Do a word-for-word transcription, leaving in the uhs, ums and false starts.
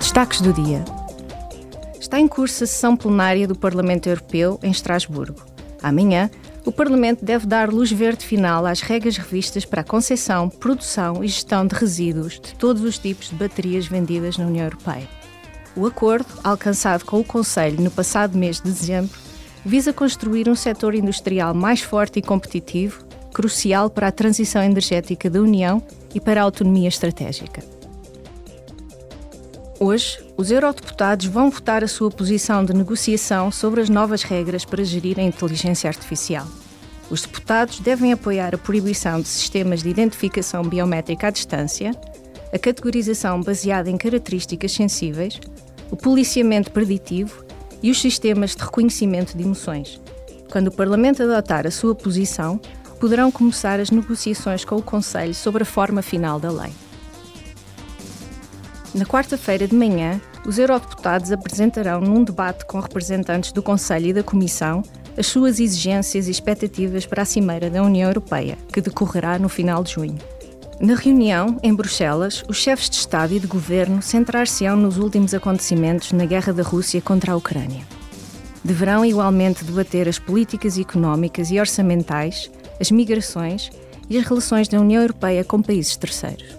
Destaques do dia. Está em curso a sessão plenária do Parlamento Europeu em Estrasburgo. Amanhã, o Parlamento deve dar luz verde final às regras revistas para a concepção, produção e gestão de resíduos de todos os tipos de baterias vendidas na União Europeia. O acordo, alcançado com o Conselho no passado mês de dezembro, visa construir um setor industrial mais forte e competitivo, crucial para a transição energética da União e para a autonomia estratégica. Hoje, os eurodeputados vão votar a sua posição de negociação sobre as novas regras para gerir a inteligência artificial. Os deputados devem apoiar a proibição de sistemas de identificação biométrica à distância, a categorização baseada em características sensíveis, o policiamento preditivo e os sistemas de reconhecimento de emoções. Quando o Parlamento adotar a sua posição, poderão começar as negociações com o Conselho sobre a forma final da lei. Na quarta-feira de manhã, os eurodeputados apresentarão num debate com representantes do Conselho e da Comissão as suas exigências e expectativas para a Cimeira da União Europeia, que decorrerá no final de junho. Na reunião, em Bruxelas, os chefes de Estado e de Governo centrar-se-ão nos últimos acontecimentos na guerra da Rússia contra a Ucrânia. Deverão igualmente debater as políticas económicas e orçamentais, as migrações e as relações da União Europeia com países terceiros.